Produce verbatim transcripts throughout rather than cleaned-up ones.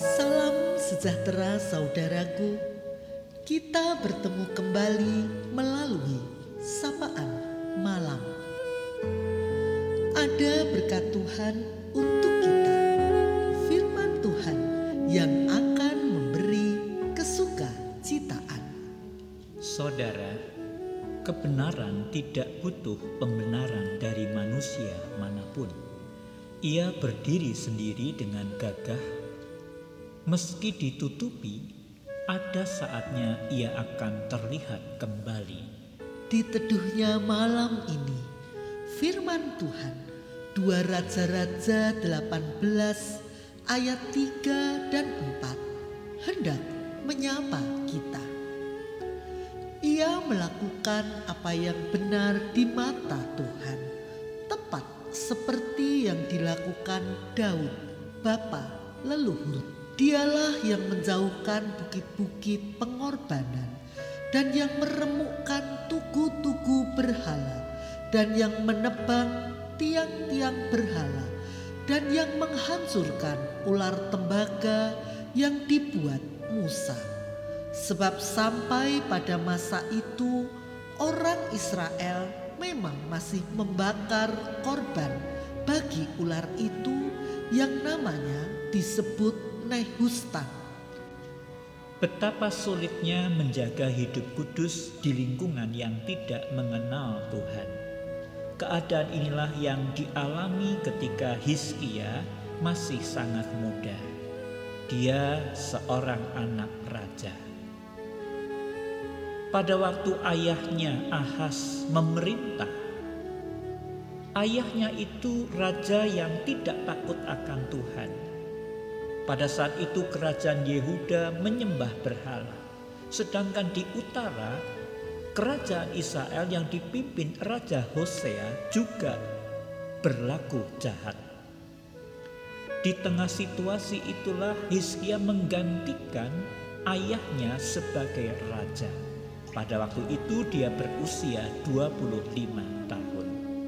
Salam sejahtera saudaraku. Kita bertemu kembali melalui sapaan malam. Ada berkat Tuhan untuk kita, firman Tuhan yang akan memberi kesukacitaan. Saudara, kebenaran tidak butuh pembenaran dari manusia manapun. Ia berdiri sendiri dengan gagah. Meski ditutupi, ada saatnya ia akan terlihat kembali. Di teduhnya malam ini, firman Tuhan dua Raja-Raja delapan belas ayat tiga dan empat hendak menyapa kita. Ia melakukan apa yang benar di mata Tuhan, tepat seperti yang dilakukan Daud, bapa leluhur. Dialah yang menjauhkan bukit-bukit pengorbanan dan yang meremukkan tugu-tugu berhala dan yang menebang tiang-tiang berhala dan yang menghancurkan ular tembaga yang dibuat Musa. Sebab sampai pada masa itu orang Israel memang masih membakar korban bagi ular itu yang namanya disebut Nehustan. Betapa sulitnya menjaga hidup kudus di lingkungan yang tidak mengenal Tuhan. Keadaan inilah yang dialami ketika Hizkia masih sangat muda. Dia seorang anak raja. Pada waktu ayahnya Ahaz memerintah, ayahnya itu raja yang tidak takut akan Tuhan. Pada saat itu kerajaan Yehuda menyembah berhala. Sedangkan di utara, kerajaan Israel yang dipimpin Raja Hosea juga berlaku jahat. Di tengah situasi itulah Hizkia menggantikan ayahnya sebagai raja. Pada waktu itu dia berusia dua puluh lima tahun.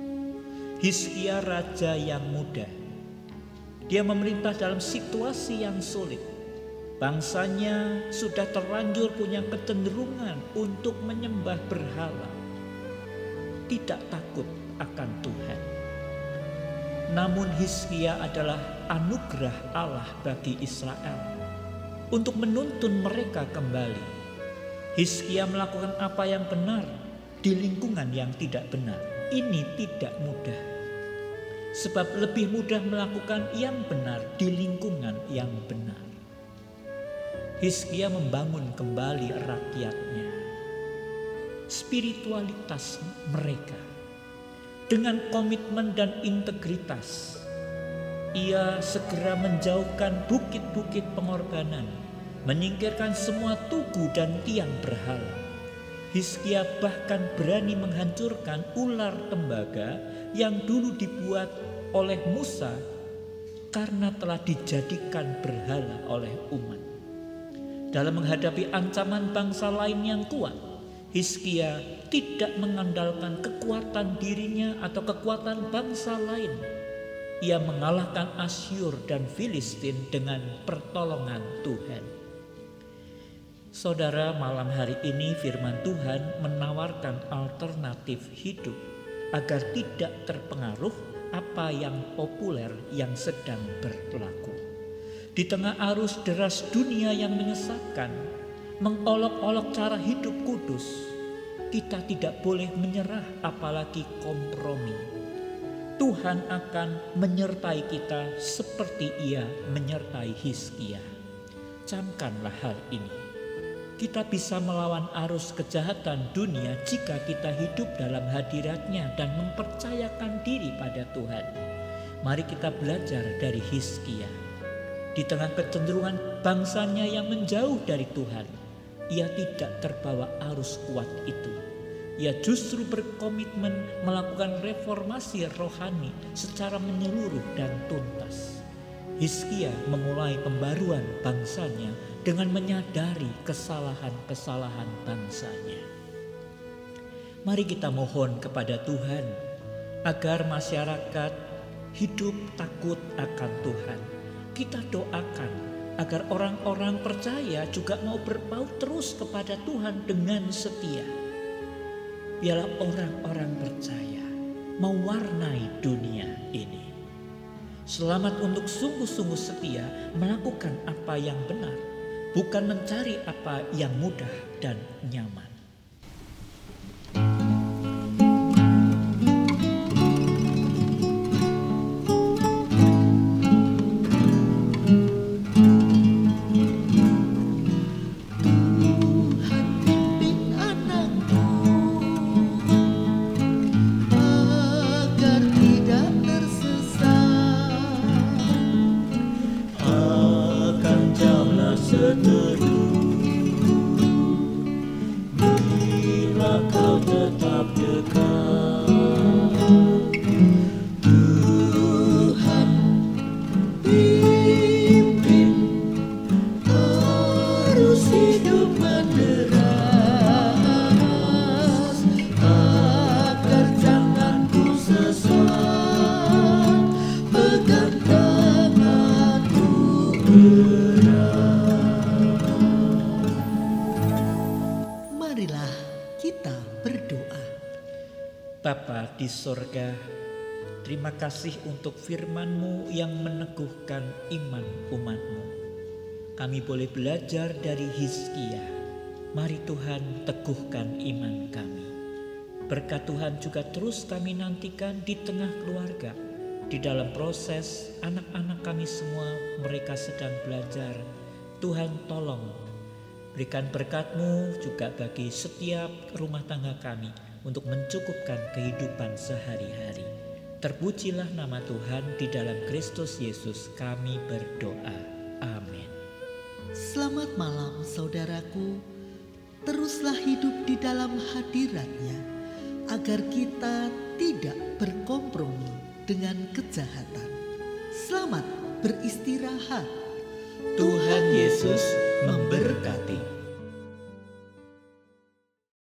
Hizkia raja yang muda. Dia memerintah dalam situasi yang sulit. Bangsanya sudah terlanjur punya kecenderungan untuk menyembah berhala. Tidak takut akan Tuhan. Namun Hizkia adalah anugerah Allah bagi Israel untuk menuntun mereka kembali. Hizkia melakukan apa yang benar di lingkungan yang tidak benar. Ini tidak mudah. Sebab lebih mudah melakukan yang benar di lingkungan yang benar. Hizkia membangun kembali rakyatnya, spiritualitas mereka. Dengan komitmen dan integritas, ia segera menjauhkan bukit-bukit pengorbanan, menyingkirkan semua tugu dan tiang berhala. Hizkia bahkan berani menghancurkan ular tembaga yang dulu dibuat oleh Musa karena telah dijadikan berhala oleh umat. Dalam menghadapi ancaman bangsa lain yang kuat, Hizkia tidak mengandalkan kekuatan dirinya atau kekuatan bangsa lain. Ia mengalahkan Asyur dan Filistin dengan pertolongan Tuhan. Saudara, malam hari ini firman Tuhan menawarkan alternatif hidup agar tidak terpengaruh apa yang populer yang sedang berlaku. Di tengah arus deras dunia yang menyesatkan, mengolok-olok cara hidup kudus, kita tidak boleh menyerah apalagi kompromi. Tuhan akan menyertai kita seperti Ia menyertai Hizkia. Camkanlah hal ini. Kita bisa melawan arus kejahatan dunia jika kita hidup dalam hadirat-Nya dan mempercayakan diri pada Tuhan. Mari kita belajar dari Hizkia. Di tengah kecenderungan bangsanya yang menjauh dari Tuhan, ia tidak terbawa arus kuat itu. Ia justru berkomitmen melakukan reformasi rohani secara menyeluruh dan tuntas. Hizkia memulai pembaruan bangsanya dengan menyadari kesalahan-kesalahan bangsanya. Mari kita mohon kepada Tuhan agar masyarakat hidup takut akan Tuhan. Kita doakan agar orang-orang percaya juga mau berpaut terus kepada Tuhan dengan setia. Biarlah orang-orang percaya mewarnai dunia ini. Selamat untuk sungguh-sungguh setia melakukan apa yang benar, bukan mencari apa yang mudah dan nyaman. Bila kau tetap dekat, Tuhan pimpin arus hidup menderas, agar jangan ku sesat, pegang tanganku erat. Marilah kita berdoa. Bapa di sorga, terima kasih untuk firman-Mu yang meneguhkan iman umat-Mu. Kami boleh belajar dari Hizkia. Mari Tuhan teguhkan iman kami. Berkat Tuhan juga terus kami nantikan di tengah keluarga. Di dalam proses anak-anak kami semua mereka sedang belajar. Tuhan tolong berikan berkat-Mu juga bagi setiap rumah tangga kami untuk mencukupkan kehidupan sehari-hari. Terpujilah nama Tuhan, di dalam Kristus Yesus kami berdoa. Amin. Selamat malam saudaraku. Teruslah hidup di dalam hadirat-Nya, agar kita tidak berkompromi dengan kejahatan. Selamat beristirahat. Tuhan Yesus memberkati.